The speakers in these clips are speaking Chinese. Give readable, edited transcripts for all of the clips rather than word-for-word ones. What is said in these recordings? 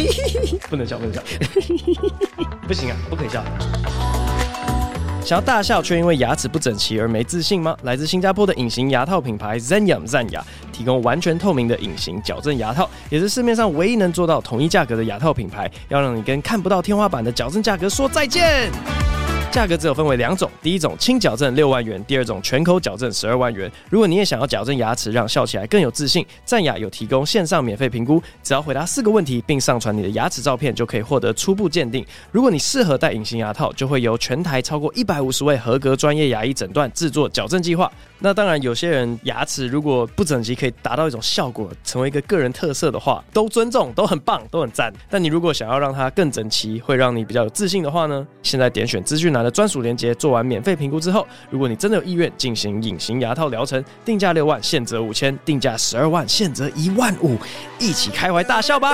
不能笑，不能笑，不行啊，不可以笑。想要大笑却因为牙齿不整齐而没自信吗？来自新加坡的隐形牙套品牌 Zenyum 提供完全透明的隐形矫正牙套，也是市面上唯一能做到统一价格的牙套品牌，要让你跟看不到天花板的矫正价格说再见。价格只有分为2种，第一种轻矫正6万元，第二种全口矫正12万元。如果你也想要矫正牙齿，让笑起来更有自信，赞雅有提供线上免费评估，只要回答4个问题，并上传你的牙齿照片，就可以获得初步鉴定。如果你适合戴隐形牙套，就会由全台超过150位合格专业牙医诊断制作矫正计划。那当然，有些人牙齿如果不整齐，可以达到一种效果，成为一个个人特色的话，都尊重，都很棒，都很赞。但你如果想要让它更整齐，会让你比较有自信的话呢？现在点选资讯栏的专属连结，做完免费评估之后，如果你真的有意愿进行隐形牙套疗程，定价6万，现折5000，定价12万，现折1万5，一起开怀大笑吧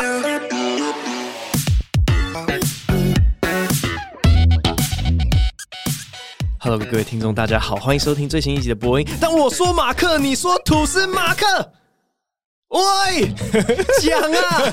！Hello， 各位听众，大家好，欢迎收听最新一集的播音。当我说马克，你说吐司马克。喂，讲啊！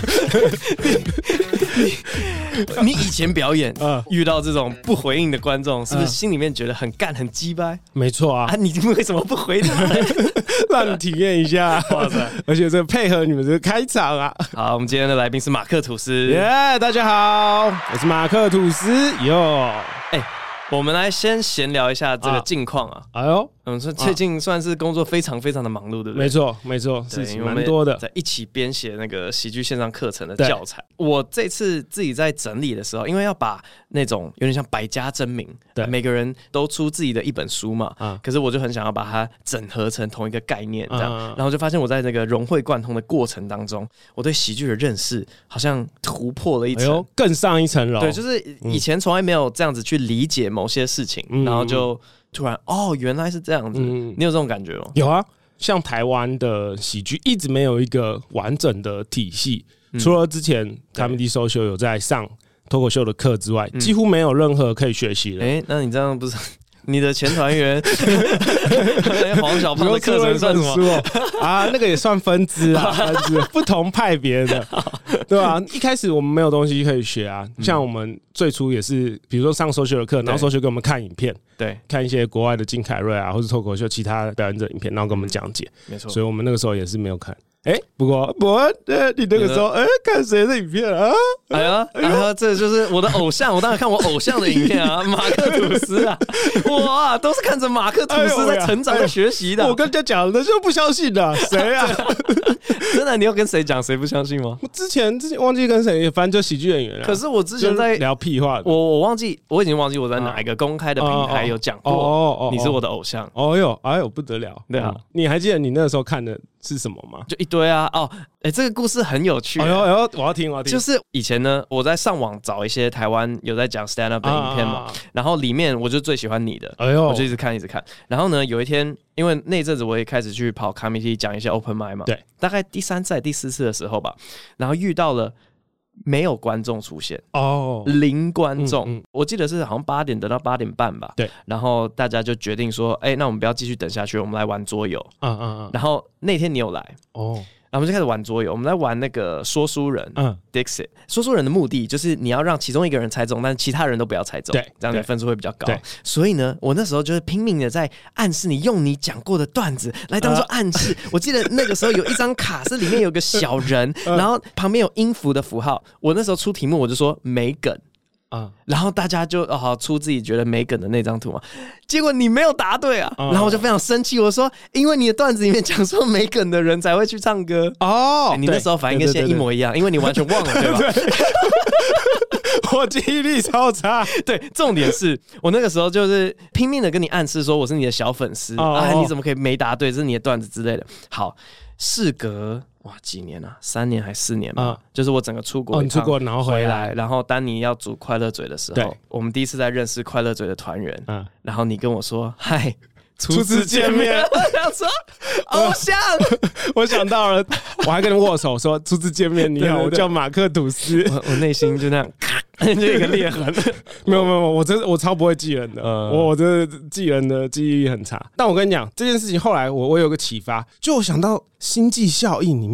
你以前表演遇到这种不回应的观众，是不是心里面觉得很干很鸡掰？ 没错啊， 你为什么不回答？ 让你体验一下。哇塞！而且这配合你们这个开场啊。 好，我们今天的来宾是马克吐司。 大家好，我是马克吐司哟。 我们来先闲聊一下这个近况啊。 哎呦， 最近算是工作非常非常的忙碌，对不对？ 没错，没错，事情蛮多的。 在一起编写那个喜剧线上课程的教材。我这次自己在整理的时候，因为要把那种有点像百家争鸣，每个人都出自己的一本书嘛。可是我就很想要把它整合成同一个概念，这样。然后就发现我在那个融会贯通的过程当中，我对喜剧的认识好像突破了一层， 更上一层楼。 对，就是以前从来没有这样子去理解某些事情，然后就突然原来是这样子。你有这种感觉吗？ 有啊，像台湾的喜剧一直没有一个完整的体系，除了之前 Comedy Social 有在上脱口秀的课之外，几乎没有任何可以学习的。 那你这样不是？你的前团员黄小胖的课程算什么啊？那个也算分支啊，不同派别的，对吧？一开始我们没有东西可以学啊，像我们最初也是，比如说上 social 的课，然后 social 给我们看影片，对，看一些国外的金凯瑞啊，或者脱口秀其他表演者影片，然后给我们讲解，没错。所以我们那个时候也是没有看。不过你那个时候看谁的影片啊？这就是我的偶像，我当然看我偶像的影片啊，马克吐司啊，哇，都是看着马克吐司在成长、在学习的。我跟人家讲的就不相信的，谁啊？ 真的，你要跟谁讲？谁不相信吗？ 我之前忘记跟谁，反正就喜剧演员了。 可是我之前在聊屁话的， 我已经忘记我在哪一个公开的平台有讲过，你是我的偶像。 哎呦，不得了！ 对啊， 你还记得你那时候看的是什么吗？ 就一堆啊！这个故事很有趣。 我要听。 就是以前呢，我在上网找一些台湾有在讲 stand up 的影片嘛，然后里面我就最喜欢你的，我就一直看。然后呢，有一天，因为那阵子我也开始去跑 comedy 讲一些 open mic 嘛，对，大概第3次、第4次的时候吧，然后遇到了没有观众出现零观众。我记得是好像8点等到8点半吧，对。然后大家就决定说，那我们不要继续等下去，我们来玩桌游。然后那天你有来然后我们就开始玩桌游，我们在玩那个说书人Dixit。说书人的目的就是你要让其中一个人猜中，但是其他人都不要猜中，这样你分数会比较高。所以呢，我那时候就是拼命的在暗示你，用你讲过的段子来当做暗示。我记得那个时候有一张卡是里面有个小人，然后旁边有音符的符号。我那时候出题目我就说没梗。然后大家就出自己觉得没梗的那张图嘛，结果你没有答对啊，然后我就非常生气，我说因为你的段子里面讲说没梗的人才会去唱歌你那时候反应跟现在一模一样，因为你完全忘了对吧？ 我记忆力超差。 对，重点是我那个时候就是拼命的跟你暗示说我是你的小粉丝你怎么可以没答对，这是你的段子之类的。好，事隔几年啊，3年还4年吧，就是我整个出国一趟， 你出国然后回来， 然后丹尼要组快乐嘴的时候，我们第一次在认识快乐嘴的团员，然后你跟我说嗨， 初次见面， 我想说偶像， 我想到了，我还跟你握手说初次见面你好，我叫马克吐司， 我内心就那样就一个裂痕。 没有，我超不会记人的，我这记人的记忆力很差。但我跟你讲这件事情，后来我有个启发，就我想到星际效应里面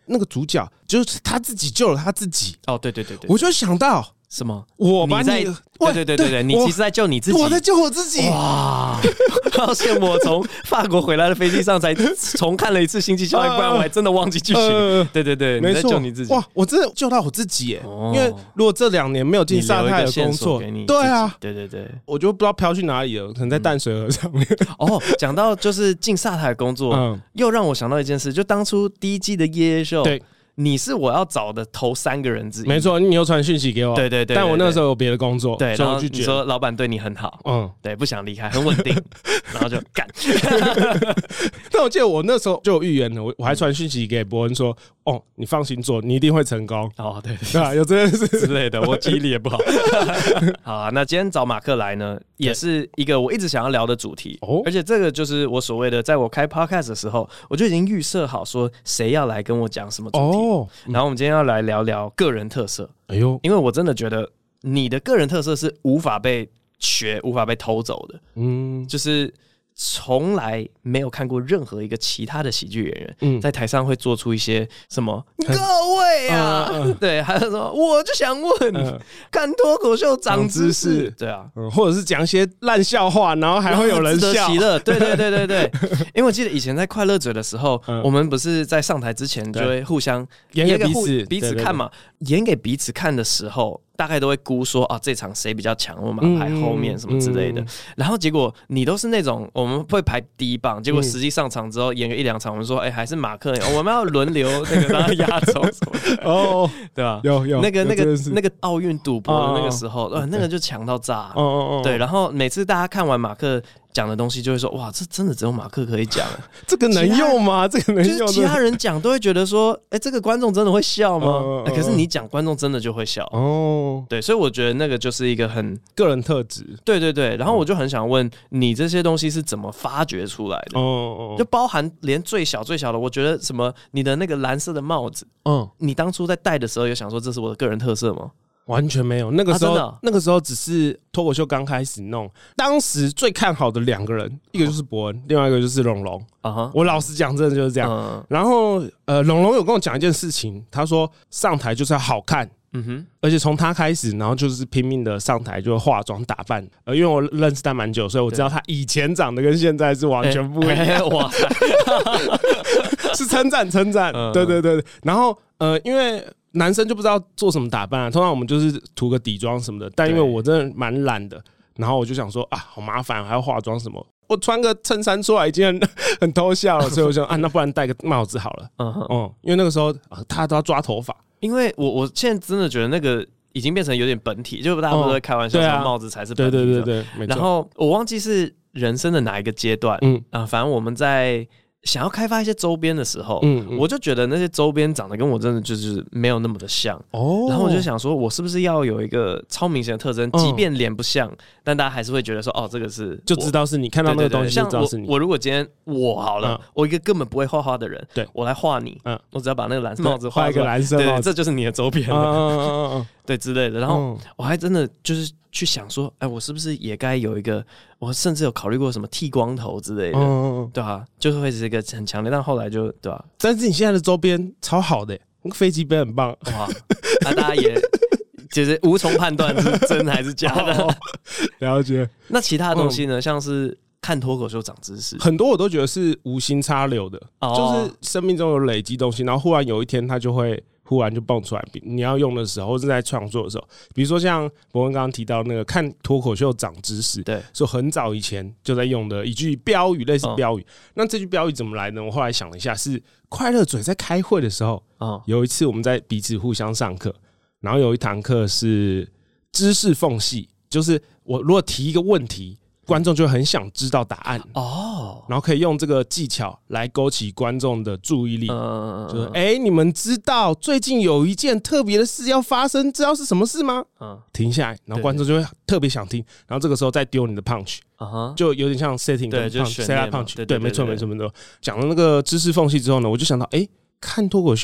那个主角就是他自己救了他自己。 哦，对对对对， 我就想到。 什么？ 我把你对，你其实在救你自己， 我在救我自己。 哇！好羡慕，我从法国回来的飞机上才重看了一次《星际效应》，不然我还真的忘记剧情。对对对， 没错， 你在救你自己。 哇，我真的救到我自己耶！因为如果这2年没有进萨泰的工作，对啊， 对对对， 我就不知道飘去哪里了，可能在淡水河上面。 哦，讲到就是进萨泰的工作，又让我想到一件事，就当初第1季的夜夜秀，对。你是我要找的头3个人之一， 没错，你又传讯息给我， 对对对， 但我那时候有别的工作， 对，然后你说老板对你很好，对，不想离开，很稳定，然后就干。 但我记得我那时候就有预言了，我还传讯息给伯恩说，哦，你放心做，你一定会成功。 哦，对对吧？有这件事之类的，我记忆力也不好。好啊，那今天找马克来呢，也是一个我一直想要聊的主题，而且这个就是我所谓的，在我开 podcast 的时候，我就已经预设好说谁要来跟我讲什么主题。然后我们今天要来聊聊个人特色。哎呦，因为我真的觉得你的个人特色是无法被学、无法被偷走的。就是从来没有看过任何一个其他的喜剧演员在台上会做出一些什么各位啊，对，还有什么我就想问，看脱口秀长知识，对啊， 或者是讲一些烂笑话，然后还会有人笑， 喜乐，对对对对对。因为我记得以前在快乐嘴的时候，我们不是在上台之前就会互相演给彼此看嘛，演给彼此看的时候。大概都会估说啊，这场谁比较强，我们排后面什么之类的。然后结果你都是那种我们会排第一棒，结果实际上场之后演个1-2场，我们说还是马克，我们要轮流那个让他压轴什么的。哦，对吧？ 有那个奥运赌博的那个时候，那个就强到炸。对，然后每次大家看完马克讲的东西，就会说哇，这真的只有马克可以讲， 这个能用吗？这个能用？ 就是其他人讲都会觉得说，这个观众真的会笑吗？可是你讲，观众真的就会笑哦。对，所以我觉得那个就是一个很个人特质。 对对对，然后我就很想问你，这些东西是怎么发掘出来的？就包含连最小的，我觉得什么你的那个蓝色的帽子，你当初在戴的时候有想说这是我的个人特色吗？ 完全没有，那个时候只是脱口秀刚开始弄，当时最看好的2个人，一个就是伯恩，另外一个就是龙龙。我老实讲，真的就是这样。然后龙龙有跟我讲一件事情，他说上台就是要好看。而且从他开始，然后就是拼命的上台，就化妆打扮。因为我认识他蛮久，所以我知道他以前长得跟现在是完全不一样。哇，是称赞。对对对。然后因为男生就不知道做什么打扮通常我们就是涂个底妆什么的。但因为我真的蛮懒的，然后我就想说啊，好麻烦，还要化妆什么。我穿个衬衫出来已经很偷笑了，所以我就那不然戴个帽子好了。因为那个时候他都要抓头发。因为我现在真的觉得那个已经变成有点本体，就大家不是会开玩笑说帽子才是本体。 对， 然后我忘记是人生的哪一个阶段，反正我们在想要开发一些周边的时候，我就觉得那些周边长得跟我真的就是没有那么的像。然后我就想说，我是不是要有一个超明显的特征，即便脸不像，但大家还是会觉得说，这个是就知道是你看到那个东西就知道是你。 我如果今天我好了，我一个根本不会画画的人，对我来画你，我只要把那个蓝色帽子画一个蓝色帽子， 对，这就是你的周边了，对之类的。然后我还真的就是去想说，我是不是也该有一个？我甚至有考虑过什么剃光头之类的，对吧？就是会是一个很强烈，但后来就对吧？ 但是你现在的周边超好的，那个飞机杯很棒，哇！ 大家也就是无从判断是真还是假的。 了解。 那其他的东西呢？像是看脱口秀长知识， 很多我都觉得是无心插柳的，就是生命中有累积东西，然后忽然有一天它就会。忽然就蹦出来，你要用的时候，或是在创作的时候，比如说像伯文刚刚提到那个看脱口秀长知识，对，是很早以前就在用的一句标语，类似标语。那这句标语怎么来呢？我后来想了一下，是快乐嘴在开会的时候，有一次我们在彼此互相上课，然后有一堂课是知识缝隙，就是我如果提一个问题。观众就很想知道答案然后可以用这个技巧来勾起观众的注意力。就是你们知道最近有一件特别的事要发生，知道是什么事吗？停下来，然后观众就会特别想听，然后这个时候再丢你的 punch，就有点像 setting 跟 punch，set up punch，对，没错。讲了那个知识缝隙之后呢，我就想到，看脱口秀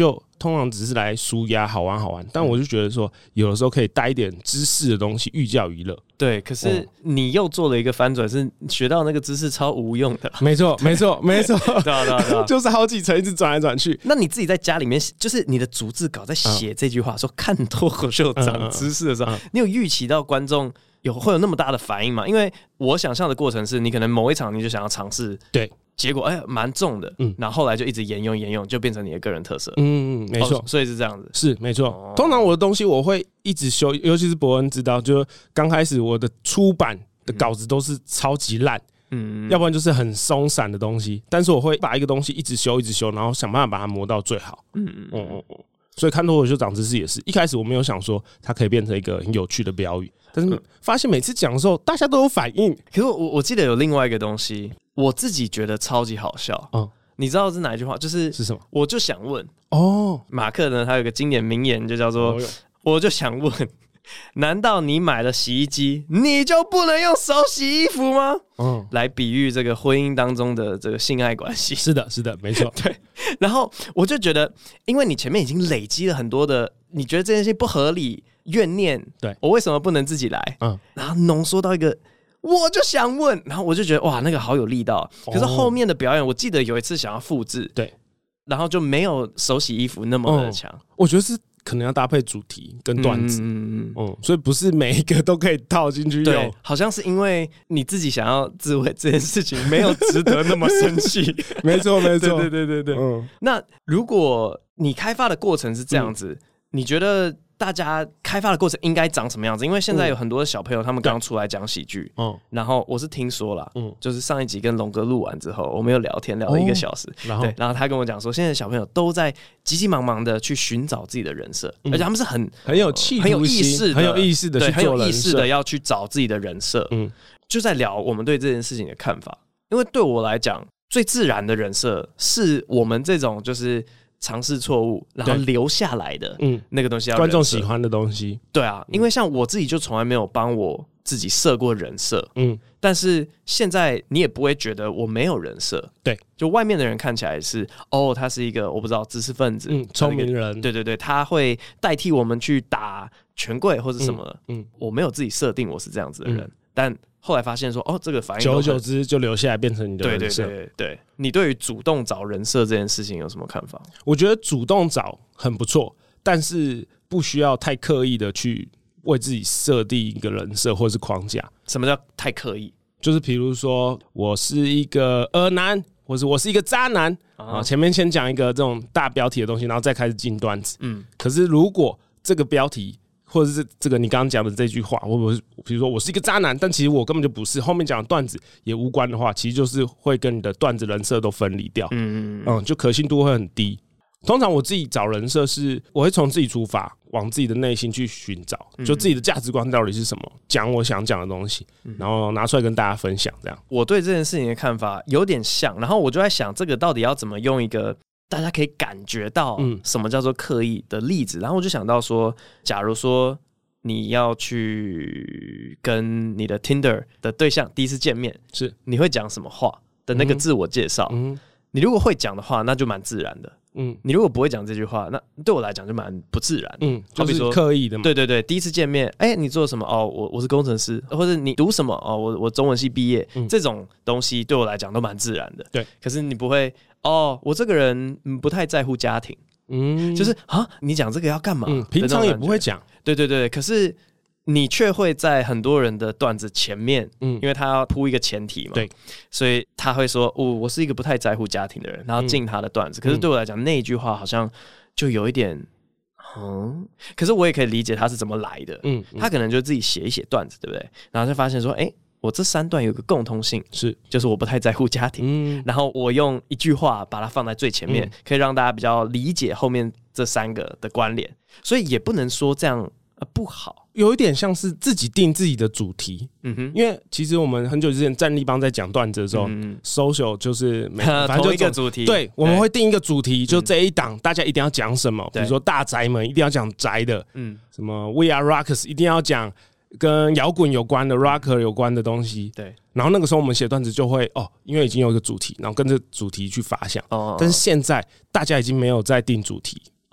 通常只是来抒压，好玩，但我就觉得说，有的时候可以带一点知识的东西，寓教于乐。 对，可是你又做了一个翻转，是学到那个知识超无用的。 没错， 对啊， 就是好几层一直转来转去。 那你自己在家里面，就是你的逐字稿在写这句话，说看脱口秀长知识的时候，你有预期到观众会有那么大的反应吗？因为我想象的过程是你可能某一场你就想要尝试， 对。 结果蛮重的，然后后来就一直沿用，就变成你的个人特色。 没错， 所以是这样子， 是没错。通常我的东西我会一直修，尤其是伯恩知道，就刚开始我的出版的稿子都是超级烂，要不然就是很松散的东西。但是我会把一个东西一直修，然后想办法把它磨到最好。所以看脱口秀长知识也是一开始我没有想说它可以变成一个很有趣的标语，但是发现每次讲的时候大家都有反应。 可是我记得有另外一个东西，我自己觉得超级好笑。你知道是哪一句话？是什么？ 我就想问马克呢，他有一个经典名言，就叫做我就想问，难道你买了洗衣机，你就不能用手洗衣服吗？来比喻这个婚姻当中的这个性爱关系。 是的，没错。 对，然后我就觉得，因为你前面已经累积了很多的，你觉得这件事不合理、怨念， 对我为什么不能自己来？然后浓缩到一个。我就想问，然后我就觉得哇，那个好有力道。可是后面的表演，我记得有一次想要复制， 对， 然后就没有手洗衣服那么的强。 我觉得是可能要搭配主题跟段子，所以不是每一个都可以套进去用。 对，好像是因为你自己想要自慰这件事情没有值得那么生气。 没错， 对。那如果你开发的过程是这样子，你觉得？大家开发的过程应该长什么样子？因为现在有很多的小朋友，他们刚出来讲喜剧，然后我是听说啦，就是上一集跟龙哥录完之后，我们有聊天聊了1个小时，然后他跟我讲说，现在小朋友都在急急忙忙的去寻找自己的人设，而且他们是很有企图心、 很有意识的、 很有意识的、 很有意识的要去找自己的人设。就在聊我们对这件事情的看法。因为对我来讲，最自然的人设是我们这种就是尝试错误，然后留下来的那个东西， 观众喜欢的东西。 对啊，因为像我自己就从来没有帮我自己设过人设，但是现在你也不会觉得我没有人设， 对， 就外面的人看起来是他是一个我不知道知识分子， 聪明人， 对，他会代替我们去打权贵或者什么，我没有自己设定我是这样子的人，但后来发现说，这个反应久而久之就留下来变成你的人设。 对，你对于主动找人设这件事情有什么看法？ 我觉得主动找很不错，但是不需要太刻意的去为自己设定一个人设或是框架。 什么叫太刻意？ 就是比如说我是一个男，或是我是一个渣男啊，前面先讲一个这种大标题的东西，然后再开始进段子。可是如果这个标题或者是这个你刚刚讲的这句话，或者是比如说我是一个渣男，但其实我根本就不是，后面讲的段子也无关的话，其实就是会跟你的段子人设都分离掉，就可信度会很低。通常我自己找人设是，我会从自己出发，往自己的内心去寻找，就自己的价值观到底是什么，讲我想讲的东西，然后拿出来跟大家分享。这样， 我对这件事情的看法有点像，然后我就在想，这个到底要怎么用一个大家可以感觉到什么叫做刻意的例子？然后我就想到说，假如说你要去跟你的 Tinder 的对象第一次见面， 是你会讲什么话的那个自我介绍？你如果会讲的话，那就蛮自然的。你如果不会讲这句话，那对我来讲就蛮不自然。 就是刻意的嘛。 对，第一次见面，你做什么？我是工程师，或者你读什么？我中文系毕业，这种东西对我来讲都蛮自然的。 对， 可是你不会我这个人不太在乎家庭。就是你讲这个要干嘛？ 平常也不会讲。 对，可是你却会在很多人的段子前面，因为他要铺一个前提嘛， 对， 所以他会说，我是一个不太在乎家庭的人，然后进他的段子。可是对我来讲，那一句话好像就有一点，可是我也可以理解他是怎么来的，他可能就自己写一写段子，对不对？然后就发现说，我这3段有个共通性，就是我不太在乎家庭，然后我用一句话把它放在最前面，可以让大家比较理解后面这3个的关联，所以也不能说这样不好， 有一点像是自己定自己的主题。因为其实我们很久之前战力帮在讲段子的时候，social 就是反正就一个主题， 对，我们会定一个主题，就这一档大家一定要讲什么，比如说大宅门一定要讲宅的，什么 We Are Rockers 一定要讲跟摇滚有关的 rocker 有关的东西， 对。 然后那个时候我们写段子就会因为已经有一个主题，然后跟着主题去发想。但是现在大家已经没有在定主题，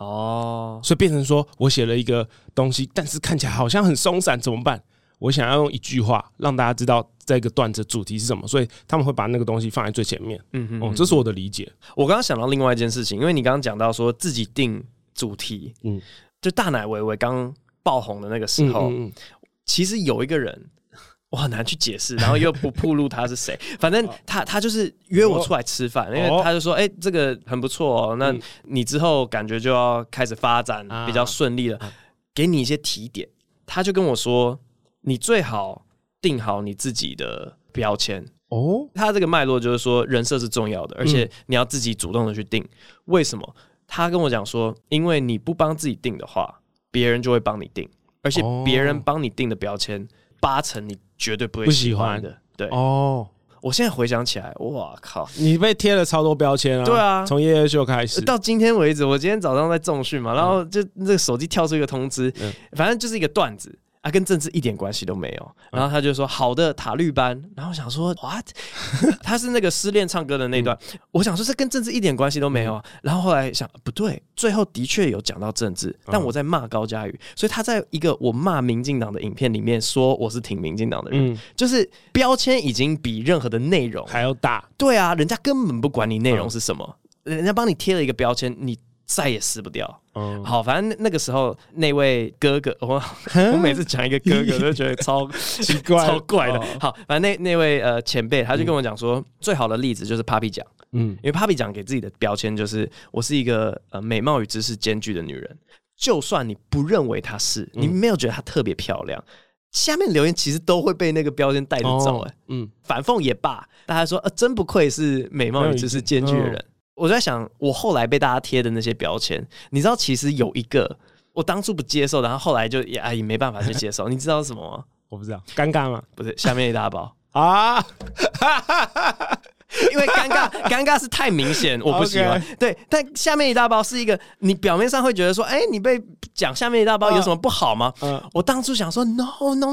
所以变成说我写了一个东西，但是看起来好像很松散，怎么办？我想要用一句话让大家知道这个段子主题是什么，所以他们会把那个东西放在最前面。这是我的理解。 我刚刚想到另外一件事情，因为你刚刚讲到说自己定主题，就大奶维维刚爆红的那个时候，其实有一个人我很难去解释，然后又不暴露他是谁。反正他就是约我出来吃饭，因为他就说：“这个很不错哦，那你之后感觉就要开始发展比较顺利了，给你一些提点。”他就跟我说：“你最好定好你自己的标签。”他这个脉络就是说，人设是重要的，而且你要自己主动的去定。为什么？他跟我讲说，因为你不帮自己定的话，别人就会帮你定，而且别人帮你定的标签，80%你绝对不会喜欢的。对我现在回想起来，哇靠， 你被贴了超多标签啊！ 对啊， 从夜夜秀开始到今天为止，我今天早上在重训嘛，然后就这个手机跳出一个通知，反正就是一个段子。跟政治一点关系都没有。然后他就说好的塔绿班，然后我想说 what？ 他是那个失恋唱歌的那段，我想说这跟政治一点关系都没有。然后后来想不对，最后的确有讲到政治，但我在骂高嘉瑜，所以他在一个我骂民进党的影片里面说我是挺民进党的人，就是标签已经比任何的内容还要大。 对啊，人家根本不管你内容是什么，人家帮你贴了一个标签，你再也撕不掉。好，反正那个时候那位哥哥，我每次讲一个哥哥都觉得超奇怪、超怪的。好，反正那位前辈他就跟我讲说，最好的例子就是 Papi 酱，因为 Papi 酱给自己的标签就是我是一个美貌与知识兼具的女人，就算你不认为她是，你没有觉得她特别漂亮，下面留言其实都会被那个标签带着走。反讽也罢，大家说真不愧是美貌与知识兼具的人。我在想，我后来被大家贴的那些标签，你知道，其实有一个我当初不接受，然后后来就也没办法去接受。你知道是什么吗？ 我不知道，尴尬吗？ 不是，下面一大包啊！因为尴尬是太明显，我不喜欢。Okay. 对，但下面一大包是一个，你表面上会觉得说，你被讲下面一大包有什么不好吗？我当初想说 ，no，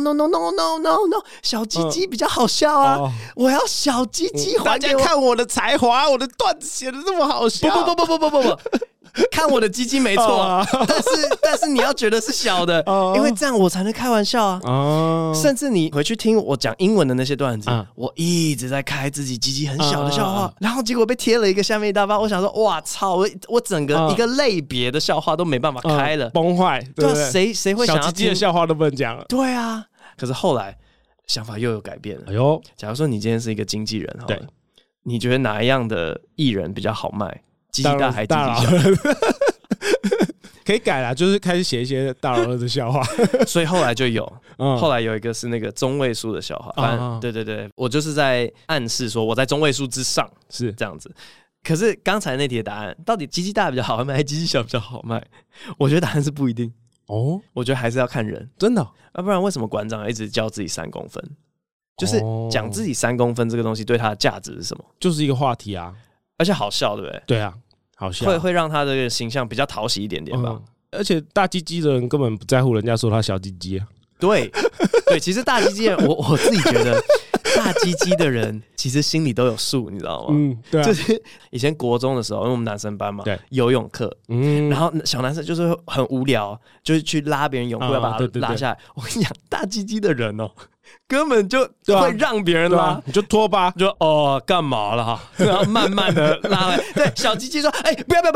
小鸡鸡比较好笑啊，我要小鸡鸡还给我， 大家看我的才华，我的段子写的这么好笑。 不。看我的鸡鸡没错，但是你要觉得是小的，因为这样我才能开玩笑啊。甚至你回去听我讲英文的那些段子，我一直在开自己鸡鸡很小的笑话，然后结果被贴了一个下面一大包，我想说，哇操，我整个一个类别的笑话都没办法开了， 崩坏。对， 谁会想要小鸡鸡的笑话都不能讲了？ 对啊，可是后来想法又有改变了。哎呦，假如说你今天是一个经纪人，对，你觉得哪一样的艺人比较好卖？鸡鸡大还鸡鸡小？ 可以改啦，就是开始写一些大老二的笑话。 所以后来就有，后来有一个是那个中位数的笑话。对，我就是在暗示说我在中位数之上，是这样子。可是刚才那题的答案，到底鸡鸡大比较好卖，还是鸡鸡小比较好卖？我觉得答案是不一定哦。我觉得还是要看人， 真的。 要不然为什么馆长一直教自己3公分？就是讲自己3公分这个东西对他的价值是什么？ 就是一个话题啊。而且好笑，对不对？ 对啊，好笑， 会让他的形象比较讨喜一点点吧。 而且大鸡鸡的人根本不在乎人家说他小鸡鸡啊。 对，其实大鸡鸡的人，我自己觉得大鸡鸡的人其实心里都有数，你知道吗？对啊。就是以前国中的时候，因为我们男生班嘛，游泳课，然后小男生就是很无聊，就是去拉别人泳裤，要把他拉下来。我跟你讲，大鸡鸡的人哦。根本就会让别人拉， 你就拖吧， 就干嘛了哈？然后慢慢的拉来。对，小鸡鸡说：“不要，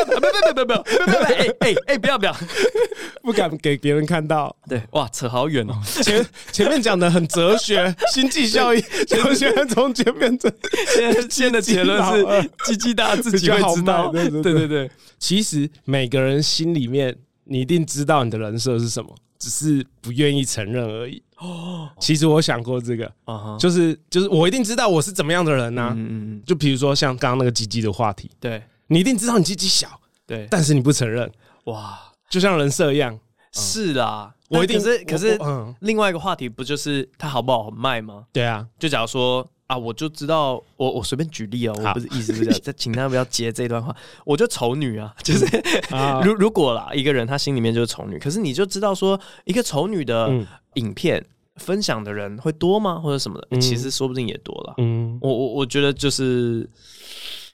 不要， 不敢给别人看到。” 对，哇，扯好远哦。 前面讲的很哲学，星际效应，现在从前面现在的结论是鸡鸡大自己会知道。对， 其实每个人心里面，你一定知道你的人设是什么。只是不愿意承认而已。其实我想过这个，就是我一定知道我是怎么样的人啊。就比如说像刚刚那个鸡鸡的话题， 对， 你一定知道你鸡鸡小，对，但是你不承认，哇，就像人设一样。 是啦，我一定可是另外一个话题不就是它好不好卖吗？ 对啊， 就假如说。我就知道，我随便举例哦，我不是意思不是这样，请大家不要接这段话。我就丑女啊，就是如果啦，一个人他心里面就是丑女，可是你就知道说，一个丑女的影片分享的人会多吗，或者什么的？其实说不定也多了。我觉得就是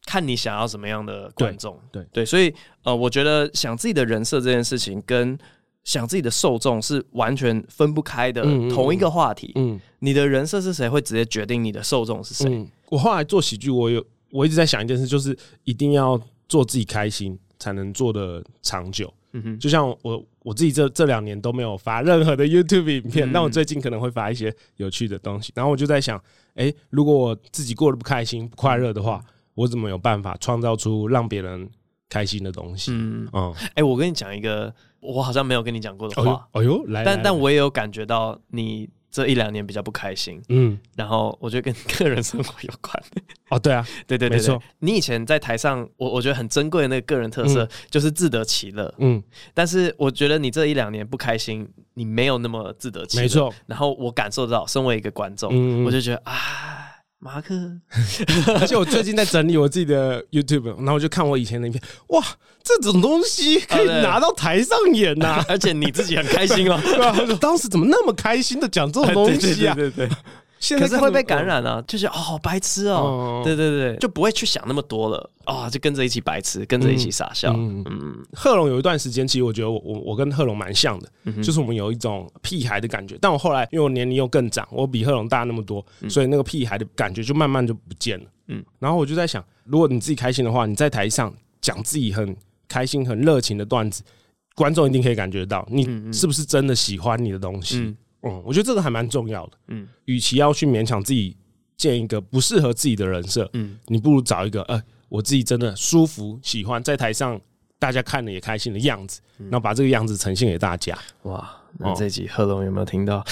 看你想要什么样的观众。对，所以我觉得想自己的人设这件事情跟想自己的受众是完全分不开的同一个话题。你的人设是谁，会直接决定你的受众是谁。 我后来做喜剧，我一直在想一件事，就是一定要做自己开心，才能做得长久。就像我自己这2年都没有发任何的 YouTube 影片，但我最近可能会发一些有趣的东西。然后我就在想，如果我自己过得不开心、不快乐的话，我怎么有办法创造出让别人开心的东西？ 我跟你讲一个我好像没有跟你讲过的话。 来， 但我也有感觉到你这1-2年比较不开心。然后我觉得跟个人生活有关。 对啊， 对，没错。你以前在台上，我觉得很珍贵的那个个人特色就是自得其乐。但是我觉得你这1-2年不开心，你没有那么自得其乐。 没错。 然后我感受到，身为一个观众，我就觉得马克， 而且我最近在整理我自己的 YouTube， 然后我就看我以前的影片，哇，这种东西可以拿到台上演呐！ 而且你自己很开心哦， 对啊，当时怎么那么开心的讲这种东西啊？ 对。可是会被感染啊，就觉得好白痴哦，对，就不会去想那么多了就跟着一起白痴，跟着一起傻笑。 贺龙有一段时间，其实我觉得我跟贺龙蛮像的，就是我们有一种屁孩的感觉。但我后来因为我年龄又更长，我比贺龙大那么多，所以那个屁孩的感觉就慢慢就不见了。然后我就在想，如果你自己开心的话，你在台上讲自己很开心、很热情的段子，观众一定可以感觉到你是不是真的喜欢你的东西。我觉得这个还蛮重要的。与其要去勉强自己建一个不适合自己的人设，你不如找一个我自己真的舒服、喜欢，在台上大家看了也开心的样子，然后把这个样子呈现给大家。 哇，那这集贺龙有没有听到？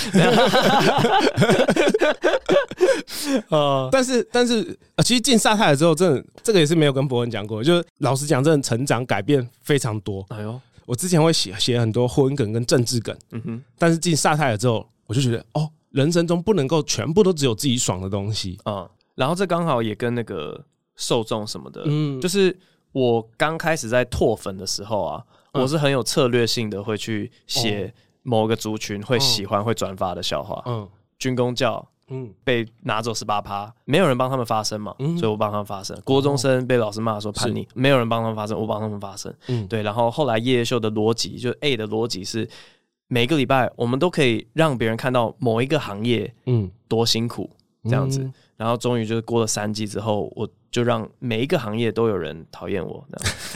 但是其实进萨泰尔之后，真的这个也是没有跟伯恩讲过，就是老实讲，真的成长改变非常多。我之前会写很多婚梗跟政治梗，但是进萨泰尔之后，我就觉得人生中不能够全部都只有自己爽的东西。 然后这刚好也跟那个受众什么的，就是我刚开始在拓粉的时候啊，我是很有策略性的会去写某个族群会喜欢、会转发的笑话。军公教。被拿走18%，没有人帮他们发声嘛，所以我帮他们发声。国中生被老师骂说叛逆，没有人帮他们发声，我帮他们发声。对，然后后来夜夜秀的逻辑，就 A 的逻辑是，每个礼拜我们都可以让别人看到某一个行业多辛苦这样子。然后终于就是过了3季之后，我就让每一个行业都有人讨厌我。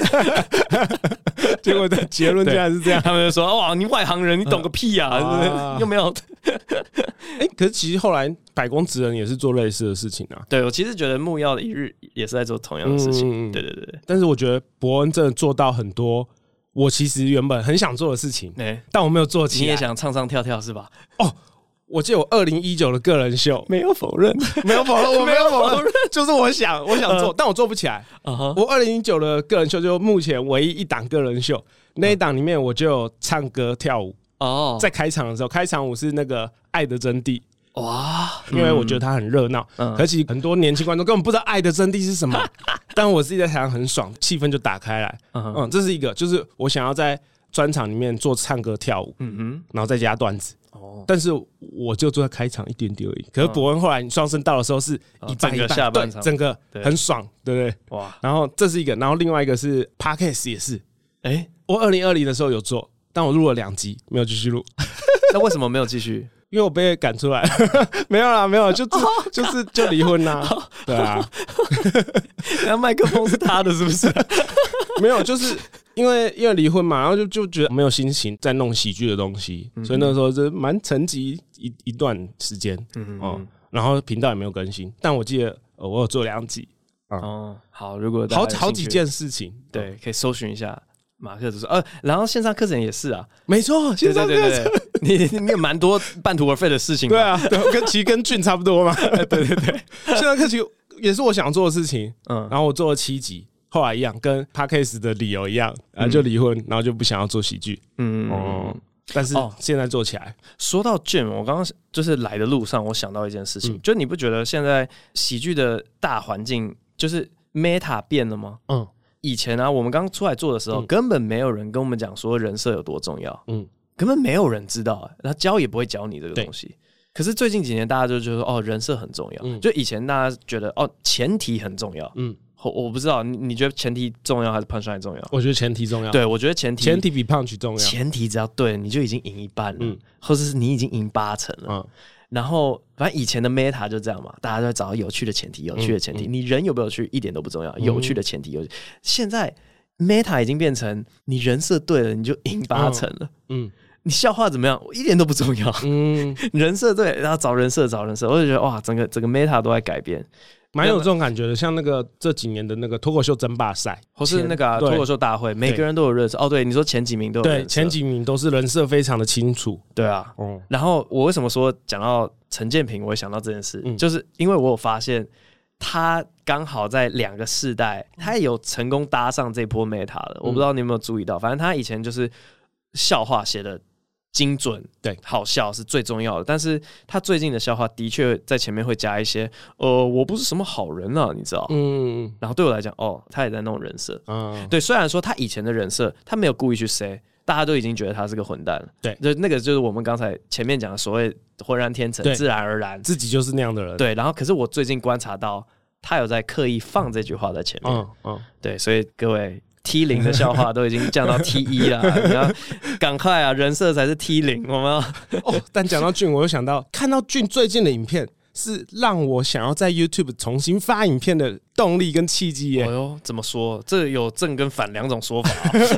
结果的结论竟然是这样， 他们就说：“哇，你外行人，你懂个屁啊！又没有。” 可是其实后来百工职人也是做类似的事情啊。 对，我其实觉得木曜的一日也是在做同样的事情。对。 但是我觉得伯恩真的做到很多我其实原本很想做的事情，但我没有做起来。 你也想唱唱跳跳是吧？ 我记得我2019的个人秀， 没有否认， 我没有否认，就是我想做，但我做不起来。我2019的个人秀就目前唯一一档个人秀，那一档里面我就有唱歌跳舞。在开场的时候，开场舞是那个《爱的真谛》。哇，因为我觉得它很热闹，可是很多年轻观众根本不知道爱的真谛是什么，但我自己在台上很爽，气氛就打开来。这是一个，就是我想要在专场里面做唱歌跳舞，然后再加段子。但是我就坐在开场一点点而已。可是伯恩后来你双声道的时候是一半一半， 下半场整个很爽，对不对？哇！然后这是一个，然后另外一个是 Podcast 也是，我2020的时候有做，但我录了2集，没有继续录。 那为什么没有继续？ 因为我被赶出来了。没有，就离婚啦。对啊， 那麦克风是他的，是不是？ 没有，就是因为离婚嘛，然后就觉得没有心情再弄喜剧的东西，所以那时候就蛮沉寂一段时间。然后频道也没有更新，但我记得我有做2集。 好，如果好几件事情， 对，可以搜寻一下。马克就说然后线上课程也是啊， 没错，线上课程你有蛮多半途而废的事情。 对啊，其实跟俊差不多嘛。对，线上课程也是我想做的事情。然后我做了7集，后来一样，跟 Podcast 的理由一样，然后就离婚，然后就不想要做喜剧。但是现在做起来。 说到俊，我刚刚就是来的路上，我想到一件事情，就你不觉得现在喜剧的大环境就是 Meta 变了吗？以前啊，我们刚出来做的时候，根本没有人跟我们讲说人设有多重要，根本没有人知道，然后教也不会教你这个东西。可是最近几年，大家就觉得人设很重要。就以前大家觉得前提很重要， 我不知道，你觉得前提重要还是 punchline 重要？ 我觉得前提重要。 对，我觉得前提比 punch 重要。 前提只要对，你就已经赢一半了，或者是你已经赢80%了。然后反正以前的 meta 就这样嘛，大家都在找有趣的前提，你人有没有趣一点都不重要，有趣的前提现在 meta 已经变成你人设对了，你就赢80%了。你笑话怎么样一点都不重要。人设对，然后找人设，我就觉得哇，整个 meta 都在改变。 蛮有这种感觉的，像这几年的那个脱口秀争霸赛， 或是那个脱口秀大会，每个人都有人设。对，你说前几名都有人设， 对，前几名都是人设非常的清楚。 对啊，然后我为什么说讲到陈建平，我会想到这件事，就是因为我有发现他刚好在2个世代，他也有成功搭上这波 meta 了。我不知道你有没有注意到，反正他以前就是笑话写的精准，对，好笑是最重要的。但是他最近的笑话的确在前面会加一些，我不是什么好人啊，你知道？然后对我来讲，他也在弄人设。对，虽然说他以前的人设，他没有故意去 say， 大家都已经觉得他是个混蛋了。对，就那个就是我们刚才前面讲的所谓浑然天成、自然而然， 自己就是那样的人。 对，然后可是我最近观察到，他有在刻意放这句话在前面。对，所以各位。T0 的笑话都已经降到 T1 了，你要赶快啊！人设才是 T0， 我们要但讲到俊，我又想到看到俊最近的影片，是让我想要在 YouTube 重新发影片的动力跟契机耶。 怎么说？这有正跟反2种说法。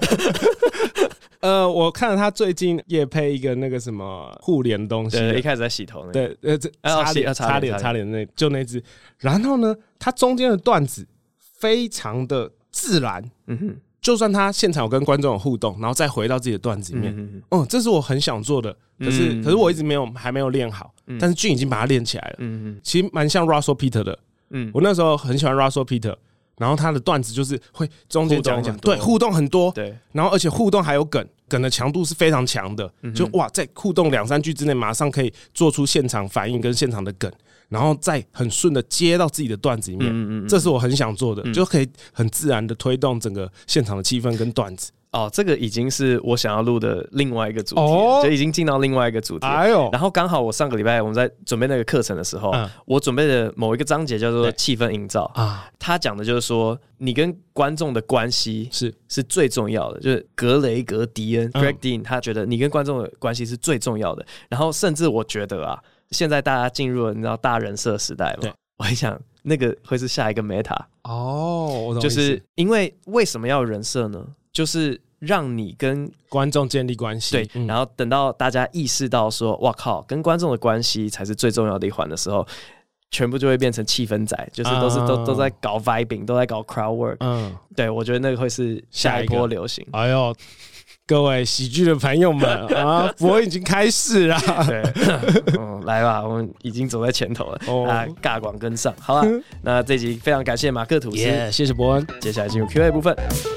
我看了他最近业配一个那个什么护脸东西， 对，一开始在洗头那个， 对，擦脸那支，然后呢，他中间的段子非常的自然，就算他现场有跟观众有互动，然后再回到自己的段子里面，这是我很想做的，可是我一直还没有练好，但是俊已经把它练起来了，其实蛮像 Russell Peter 的，我那时候很喜欢 Russell Peter， 然后他的段子就是会中间讲一讲，对，互动很多，对，然后而且互动还有梗的强度是非常强的，就哇，在互动2-3句之内，马上可以做出现场反应跟现场的梗。然后再很顺的接到自己的段子里面，这是我很想做的，就可以很自然的推动整个现场的气氛跟段子。 这个已经是我想要录的另外一个主题，就已经进到另外一个主题。然后刚好我上个礼拜我们在准备那个课程的时候，我准备的某一个章节叫做气氛营造他讲的就是说，你跟观众的关系是最重要的，就是格雷格迪恩 Greg Dean 他觉得你跟观众的关系是最重要的。然后甚至我觉得现在大家进入了你知道大人设时代嘛，我很想那个会是下一个 meta 就是因为什么要有人设呢？就是让你跟观众建立关系， 对，然后等到大家意识到说，哇靠，跟观众的关系才是最重要的一环的时候，全部就会变成气氛仔，就是都在搞 vibing， 都在搞 crowd work。对，我觉得那个会是下一波流行。 哎呦！各位喜剧的朋友们伯恩已经开始了， 对，来吧，我们已经走在前头了，尬广跟上，好吧？那这集非常感谢马克吐司， 谢谢伯恩。 接下来进入 Q&A 部分。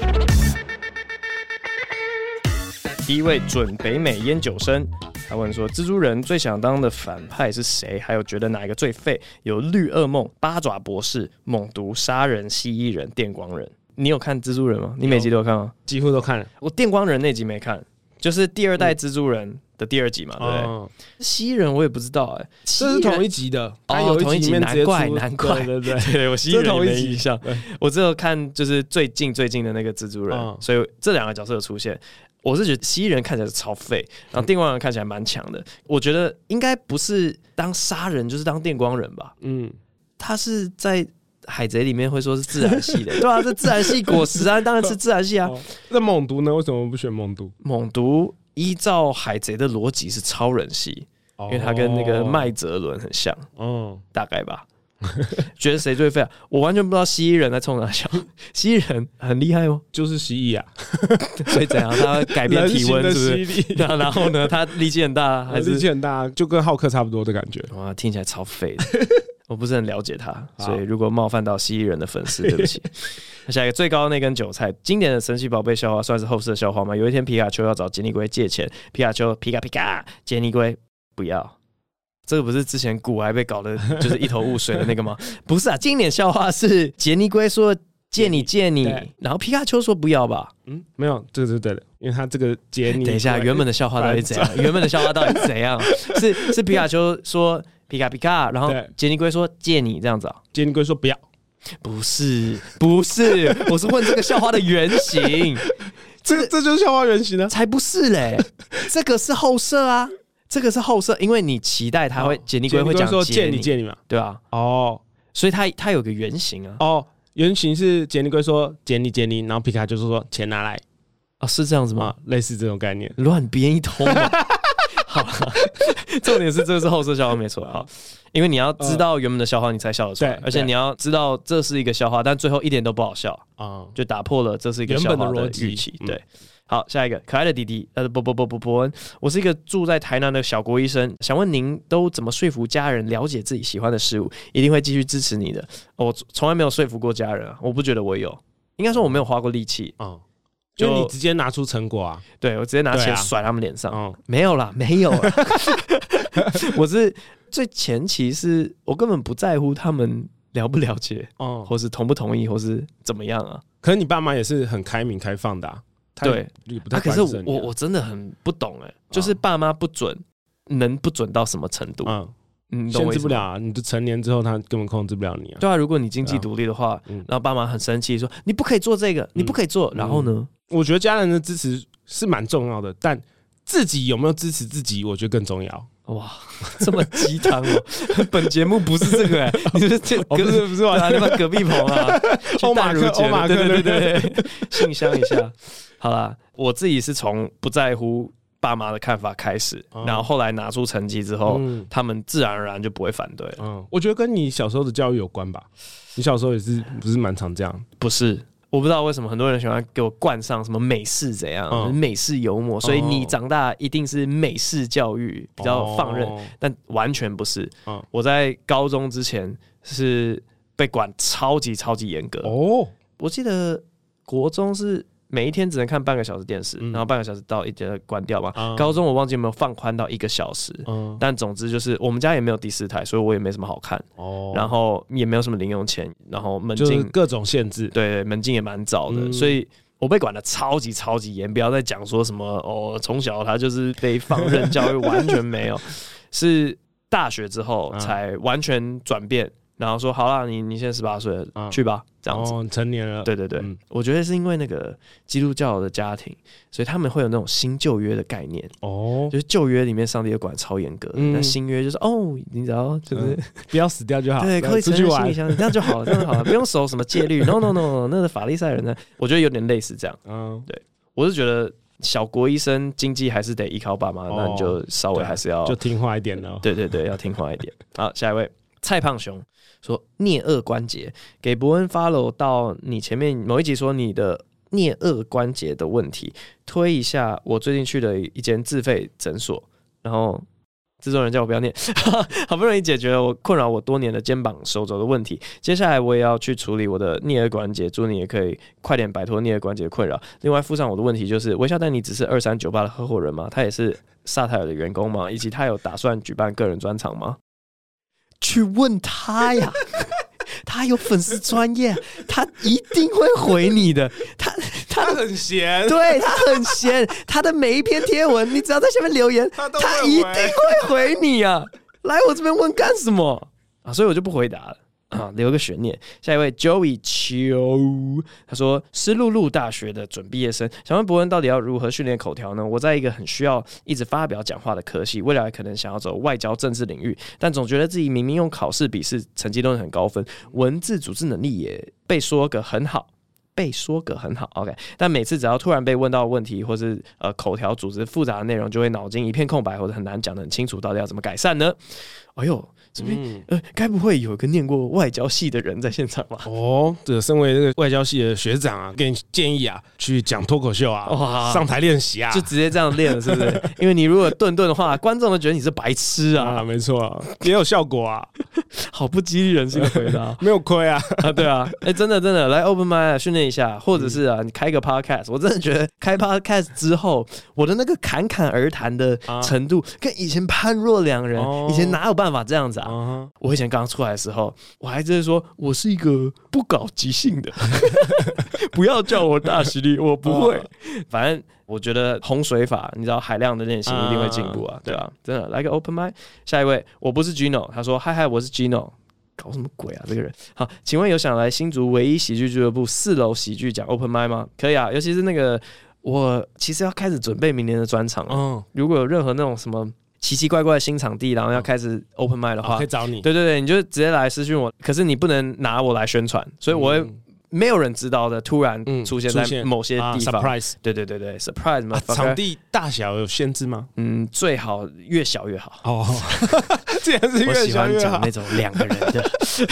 第一位准北美烟酒生，他问说：蜘蛛人最想当的反派是谁？还有觉得哪一个最废？有绿噩梦、八爪博士、猛毒、杀人、蜥蜴人、电光人。你有看蜘蛛人吗？你每集都有看吗？ 几乎都看了。 我电光人那集没看，就是第2代蜘蛛人的第2集嘛，对不对？蜥蜴人我也不知道这是同一集的，他有一集里面直接出， 难怪，对，我蜥蜴人没印象，我只有看就是最近的那个蜘蛛人，所以这2个角色有出现。我是觉得蜥蜴人看起来是超废，然后电光人看起来蛮强的。我觉得应该不是当杀人就是当电光人吧？他是在海贼里面会说是自然系的，对啊，这自然系果实啊，当然是自然系啊。 那猛毒呢？为什么不选猛毒？ 猛毒依照海贼的逻辑是超人系，因为他跟那个麦哲伦很像，大概吧。觉得谁最废啊？我完全不知道蜥蜴人在冲哪笑。蜥蜴人很厉害哦， 就是蜥蜴啊。 所以怎样？他会改变体温是不是？然后呢？他力气很大，还是力气很大，就跟浩克差不多的感觉。 哇，听起来超废的。我不是很了解他，所以如果冒犯到蜥蜴人的粉丝，对不起。下一个最高的那根韭菜，经典的神奇宝贝笑话算是后世的笑话吗？有一天皮卡丘要找杰尼龟借钱，皮卡丘皮卡皮卡，杰尼龟不要。这个不是之前古还被搞得就是一头雾水的那个吗？不是啊，经典笑话是杰尼龟说借你，然后皮卡丘说不要吧？ 没有，这个是对的，因为他这个杰尼。 等一下，原本的笑话到底怎样？原本的笑话到底怎样？是皮卡丘说皮卡皮卡，然后杰尼龟说借你这样子啊？ 杰尼龟说不要。 不是，我是问这个笑话的原型。 这就是笑话原型啊？ 才不是嘞，这个是后设啊，这个是后设，因为你期待他会杰尼龟会讲说借你嘛， 对啊，所以他有个原型啊， 原型是杰尼龟说杰尼，然后皮卡就是说钱拿来， 是这样子吗？ 类似这种概念， 乱编一通嘛。好，重点是这个是后设笑话没错，好，因为你要知道原本的笑话你才笑得出来，而且你要知道这是一个笑话，但最后一点都不好笑就打破了这是一个笑话的预期，对。好，下一个可爱的弟弟，伯恩，我是一个住在台南的小国医生，想问您都怎么说服家人了解自己喜欢的事物，一定会继续支持你的。我从来没有说服过家人我不觉得我有，应该说我没有花过力气就你直接拿出成果啊？ 对，我直接拿钱甩他们脸上，没有啦。我是最前期是我根本不在乎他们了不了解，或是同不同意，或是怎么样啊。 可是你爸妈也是很开明开放的对，可是我真的很不懂就是爸妈不准，能不准到什么程度？ 限制不了啊！你就成年之后，他根本控制不了你啊。 对啊，如果你经济独立的话，然后爸妈很生气说你不可以做这个，你不可以做，然后呢？ 我觉得家人的支持是蛮重要的，但自己有没有支持自己，我觉得更重要。 哇，这么鸡汤本节目不是这个你是不是你把隔壁棚欧马克， 对，信箱一下。好啦，我自己是从不在乎爸妈的看法开始，然后后来拿出成绩之后，他们自然而然就不会反对了。 我觉得跟你小时候的教育有关吧。你小时候也是不是蛮常这样？ 不是，我不知道为什么很多人喜欢给我冠上什么美式怎样，美式幽默，所以你长大一定是美式教育比较放任，但完全不是。我在高中之前是被管超级严格。我记得国中是每一天只能看半个小时电视，然后半个小时到1点关掉嘛。高中我忘记有没有放宽到1个小时，但总之就是我们家也没有第4台，所以我也没什么好看。然后也没有什么零用钱，然后门禁就是各种限制， 对，门禁也蛮早的，所以我被管得超级严。不要再讲说什么从小他就是被放任教育，完全没有，是大学之后才完全转变。然后说好啦，你现在18岁了，去吧，这样子。 成年了。 对，我觉得是因为那个基督教的家庭，所以他们会有那种新旧约的概念。就是旧约里面上帝的管超严格，那新约就是你只要就是不要死掉就好， 对，可以出去玩，这样就好了，这样就好了，不用守什么戒律。No， 那个法利赛人呢？我觉得有点类似这样。对，我是觉得小国医生经济还是得依靠爸妈，那你就稍微还是要就听话一点了。 对，要听话一点。好，下一位蔡胖熊。说颞颌关节，给伯恩 follow 到你前面某一集说你的颞颌关节的问题，推一下我最近去的一间自费诊所，然后制作人叫我不要念，好不容易解决了我困扰我多年的肩膀手肘的问题，接下来我也要去处理我的颞颌关节，祝你也可以快点摆脱颞颌关节的困扰。另外附上我的问题就是，微笑丹尼只是2398的合伙人吗？他也是萨泰尔的员工吗？以及他有打算举办个人专场吗？去问他呀，他有粉丝专页，他一定会回你的。他很闲， 对，他很闲，他的每一篇贴文，你只要在下面留言，他一定会回你啊！来我这边问干什么所以我就不回答了。留个悬念。下一位 Joey 秋，他说是陆路大学的准毕业生，想问伯恩到底要如何训练口条呢？我在一个很需要一直发表讲话的科系，未来可能想要走外交政治领域，但总觉得自己明明用考试笔试成绩都很高分，文字组织能力也被说个很好，OK， 但每次只要突然被问到问题，或是口条组织复杂的内容，就会脑筋一片空白，或者很难讲得很清楚，到底要怎么改善呢？哎呦，这边该不会有一个念过外交系的人在现场吧？ 这身为这个外交系的学长啊，给你建议啊，去讲脱口秀啊，上台练习啊， 就直接这样练了，是不是？因为你如果顿的话，观众都觉得你是白痴啊。 没错，也有效果啊， 好不激励人心的回答， 没有亏啊。 对啊，真的来 open mic 训练一下，或者是你开个 podcast， 我真的觉得开 podcast 之后，我的那个侃侃而谈的程度，跟以前潘若两人，以前哪有办法这样子啊？我以前刚出来的时候，我还就是说我是一个不搞即兴的，不要叫我大实力，我不会。反正我觉得洪水法，你知道海量的练习一定会进步啊，对吧？真的来个 open mic。下一位，我不是 Gino， 他说嗨，我是 Gino。 搞什么鬼啊？这个人好，请问有想来新竹唯一喜剧俱乐部4楼喜剧讲 open mic 吗？可以啊，尤其是那个我其实要开始准备明年的专场了。如果有任何那种什么奇奇怪怪的新场地，然后要开始 open mic 的话， 可以找你。 对对对，你就直接来私讯我。可是你不能拿我来宣传，所以我会没有人知道的突然出现在某些地方。 surprise， 对对对对 ，surprise 嘛。 场地大小有限制吗？ 最好越小越好。 哦，既然是越小越好。我喜欢讲那种2个人的。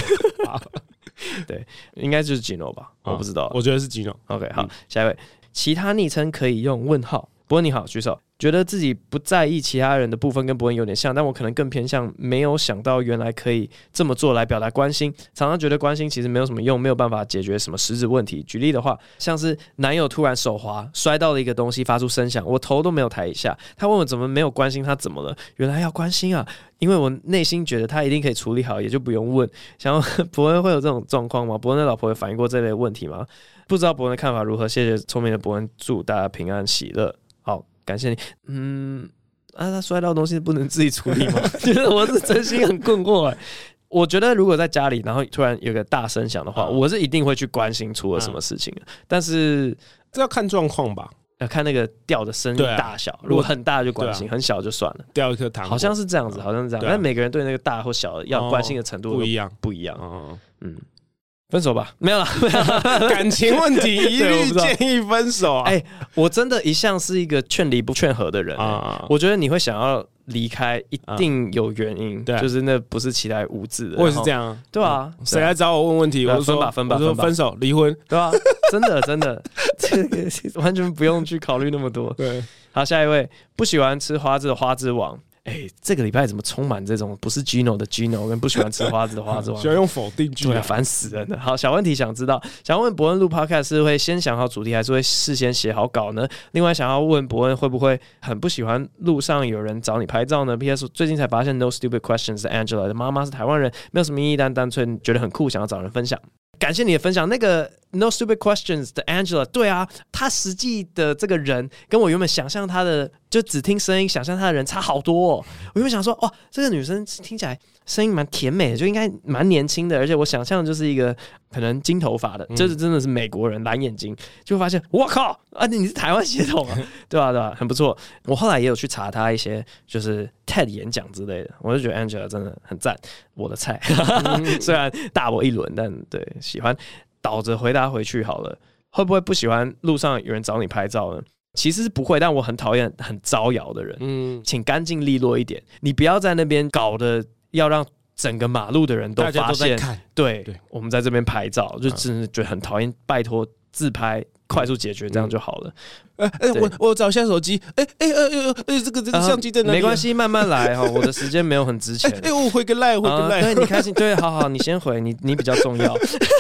对，应该就是 Gino 吧，我不知道。 我觉得是 Gino。 OK， 好，下一位，其他昵称可以用问号。伯恩你好，举手。觉得自己不在意其他人的部分跟伯恩有点像，但我可能更偏向没有想到原来可以这么做来表达关心。常常觉得关心其实没有什么用，没有办法解决什么实质问题。举例的话，像是男友突然手滑摔到了一个东西发出声响，我头都没有抬一下，他问我怎么没有关心他怎么了，原来要关心啊，因为我内心觉得他一定可以处理好，也就不用问。想要伯恩会有这种状况吗？伯恩的老婆有反映过这类问题吗？不知道伯恩的看法如何？谢谢聪明的伯恩，祝大家平安喜乐。好，感谢你。他摔到东西不能自己处理吗？就是我是真心很困惑。我觉得如果在家里，然后突然有个大声响的话，我是一定会去关心出了什么事情。但是这要看状况吧， 要看那个掉的声音大小。如果很大就关心，很小就算了。 掉一颗糖果， 好像是这样子，好像是这样。但每个人对那个大或小要关心的程度不一样， 不一样。分手吧，没有啦， 感情问题一律建议分手啊！ 我真的一向是一个劝离不劝和的人我觉得你会想要离开，一定有原因，就是那不是其他无知的。 我也是这样， 对啊， 谁来找我问问题，我就说分吧， 分手离婚， 对吧？真的，这个完全不用去考虑那么多。 对， 好，下一位，不喜欢吃花枝的花枝王。这个礼拜怎么充满这种不是 Gino 的 Gino 跟不喜欢吃花枝的花枝王？ 喜欢用否定句， 对啊，烦死人了。好，小问题想知道，想问伯恩录 Podcast 是会先想好主题，还是会事先写好稿呢？另外，想要问伯恩会不会很不喜欢路上有人找你拍照呢 ？PS 最近才发现 No Stupid Questions 的 Angela 的妈妈是台湾人，没有什么意义，但单纯觉得很酷，想要找人分享。感谢你的分享。那个 No Stupid Questions 的 Angela， 对啊，她实际的这个人跟我原本想象她的，就只听声音想象她的人差好多哦。我原本想说，哇，这个女生听起来声音蛮甜美的，就应该蛮年轻的，而且我想象就是一个可能金头发的，这是真的是美国人，蓝眼睛，就发现我靠啊，你是台湾血统啊，对吧？对吧？很不错。我后来也有去查她一些就是 TED 演讲之类的，我就觉得 Angela 真的很赞，我的菜。虽然大我一轮，但对喜欢。倒着回答回去好了，会不会不喜欢路上有人找你拍照呢？其实是不会，但我很讨厌很招摇的人。请干净利落一点，你不要在那边搞得要让整个马路的人都发现。对，我们在这边拍照，就真的觉得很讨厌。拜托自拍，快速解决，这样就好了。 我找一下手机。这个相机在哪里？ 没关系，慢慢来哈。我的时间没有很值钱。 我回个赖， 对你开心，对，好，你先回，你比较重要。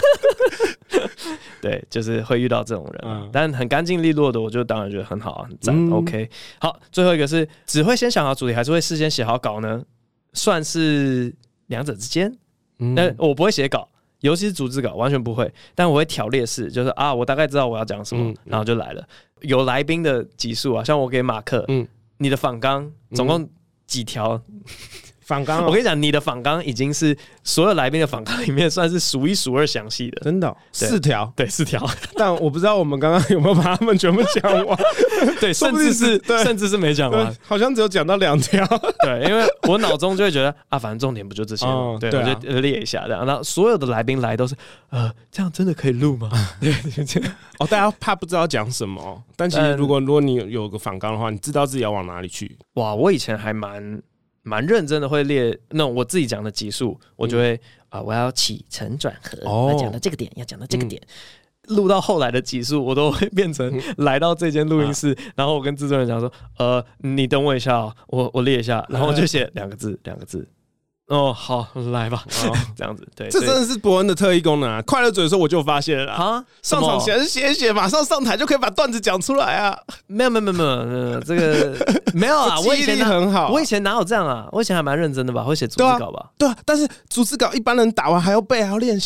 对，就是会遇到这种人，但很干净利落的，我就当然觉得很好，很赞。OK， 好，最后一个是只会先想好主题，还是会事先写好稿呢？算是两者之间。但我不会写稿，尤其是逐字稿，完全不会。但我会条列式，就是我大概知道我要讲什么，然后就来了。有来宾的集数啊，像我给马克，你的访纲总共几条？ 访纲， 我跟你讲，你的访纲已经是所有来宾的访纲里面算是数一数二详细的， 真的4条， 对4条。 但我不知道我们刚刚有没有把他们全部讲完， 对，甚至是没讲完， 好像只有讲到2条。 对，因为我脑中就会觉得反正重点不就这些吗？对，我就列一下这样。然后所有的来宾来都是这样真的可以录吗？对，这样大家怕不知道讲什么，但其实如果你有个访纲的话，你知道自己要往哪里去。 哇，我以前还蛮认真的，会列那种我自己讲的集数，我就会我要起承转合，要讲到这个点，要讲到这个点。录到后来的集数，我都会变成来到这间录音室，然后我跟制作人讲说，你等我一下我列一下，然后我就写2个字。好，来吧，这样子，对， 这真的是伯恩的特异功能啊！快乐嘴的时候我就发现了啦，上场前写一写，马上上台就可以把段子讲出来啊！ 没有，这个没有啊， 我以前很好， 我以前哪有这样啊？我以前还蛮认真的吧，会写逐字稿吧？ 对啊，但是逐字稿一般人打完还要背，还要练习啊。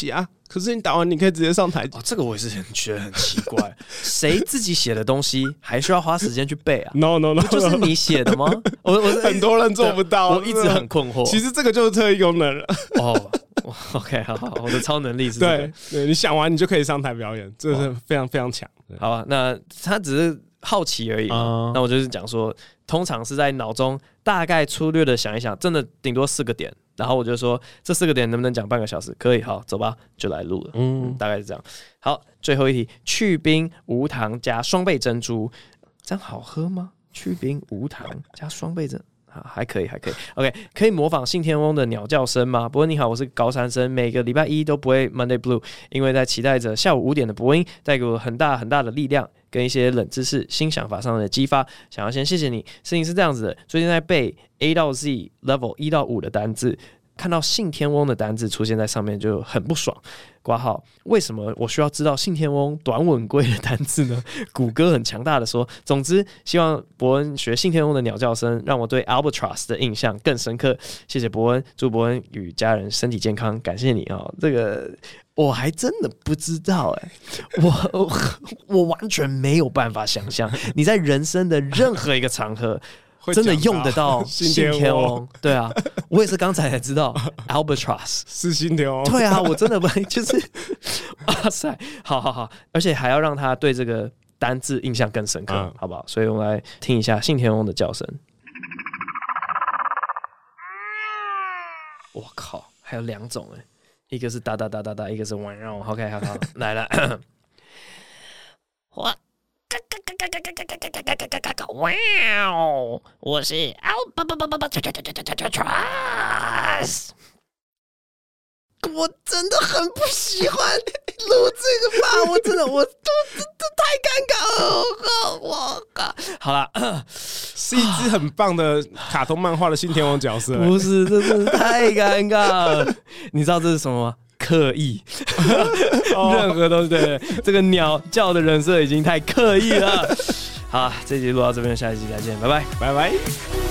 可是你打完你可以直接上台。 这个我也是觉得很奇怪，谁自己写的东西还需要花时间去背啊 ？No， 不就是你写的吗？我很多人做不到， 我一直很困惑。 其实这个就是特异功能了。 OK， 好，我的超能力是这个。 对，你想完你就可以上台表演，这是非常非常强。 好吧，那他只是好奇而已嘛。那我就是讲说，通常是在脑中大概粗略的想一想，真的顶多4个点。然后我就说这4个点能不能讲半个小时？可以，好，走吧，就来录了。大概是这样。好，最后一题，去冰无糖加双倍珍珠，这样好喝吗？去冰无糖加双倍珍珠。还可以 ，OK， 可以模仿信天翁的鸟叫声吗？伯恩你好，我是高三生，每个礼拜一都不会 Monday Blue， 因为在期待着下午5点的伯恩带给我很大很大的力量跟一些冷知识、新想法上的激发。想要先谢谢你。事情是这样子的，最近在背 A 到 Z Level 1到5的单字，看到信天翁的单字出现在上面就很不爽。括号为什么我需要知道信天翁短吻龟的单字呢？谷歌很强大的说，总之希望伯恩学信天翁的鸟叫声，让我对 Albatross 的印象更深刻。谢谢伯恩，祝伯恩与家人身体健康，感谢你哦。这个我还真的不知道我完全没有办法想象你在人生的任何一个场合。真的用得到信天翁？对啊，我也是刚才才知道 Albatross 是信天翁。 对啊，我真的不就是哇塞，好，而且还要让他对这个单字印象更深刻，好不好？所以我们来听一下信天翁的叫声。我靠，还有2种哎，一个是哒哒哒哒哒，一个是汪汪。OK， 好，来了， 哇！哇哦！我是Albatross， 我真的很不喜欢录这个吧，这太尴尬了，我靠！好啦， 是一只很棒的卡通漫画的信天翁角色。 不是，这真的太尴尬了。你知道这是什么吗？刻意，任何都是对。这个鸟叫的人设已经太刻意了。好，这集录到这边，下一集再见，拜拜， 拜拜。